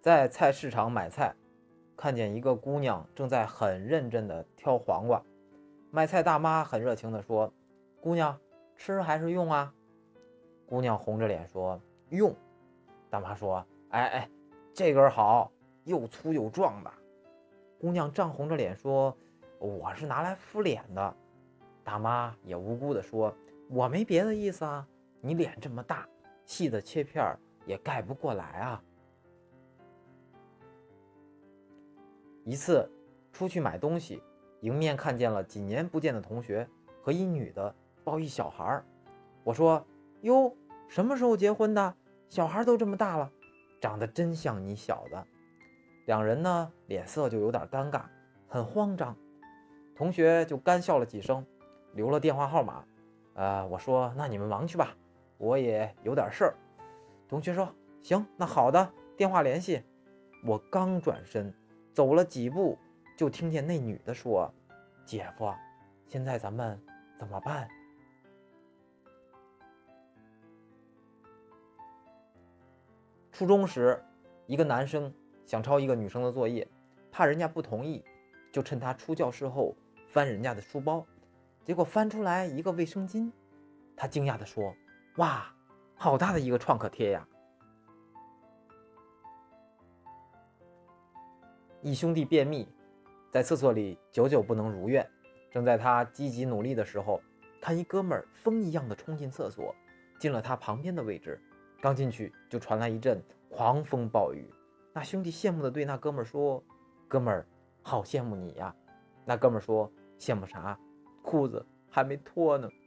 在菜市场买菜，看见一个姑娘正在很认真地挑黄瓜。卖菜大妈很热情地说：姑娘，吃还是用啊？姑娘红着脸说：用。大妈说：哎哎，这根好，又粗又壮的。姑娘涨红着脸说：我是拿来敷脸的。大妈也无辜地说：我没别的意思啊，你脸这么大，细的切片也盖不过来啊。一次出去买东西，迎面看见了几年不见的同学和一女的抱一小孩。我说：哟，什么时候结婚的？小孩都这么大了，长得真像你小的。两人呢，脸色就有点尴尬，很慌张。同学就干笑了几声，留了电话号码。我说：那你们忙去吧，我也有点事儿。同学说：行，那好的，电话联系。我刚转身走了几步，就听见那女的说：姐夫，现在咱们怎么办？初中时，一个男生想抄一个女生的作业，怕人家不同意，就趁她出教室后翻人家的书包，结果翻出来一个卫生巾。他惊讶地说：哇，好大的一个创可贴呀！一兄弟便秘，在厕所里久久不能如愿。正在他积极努力的时候，看一哥们儿风一样的冲进厕所，进了他旁边的位置。刚进去就传来一阵狂风暴雨。那兄弟羡慕地对那哥们儿说：哥们儿，好羡慕你呀。那哥们儿说：羡慕啥？裤子还没脱呢。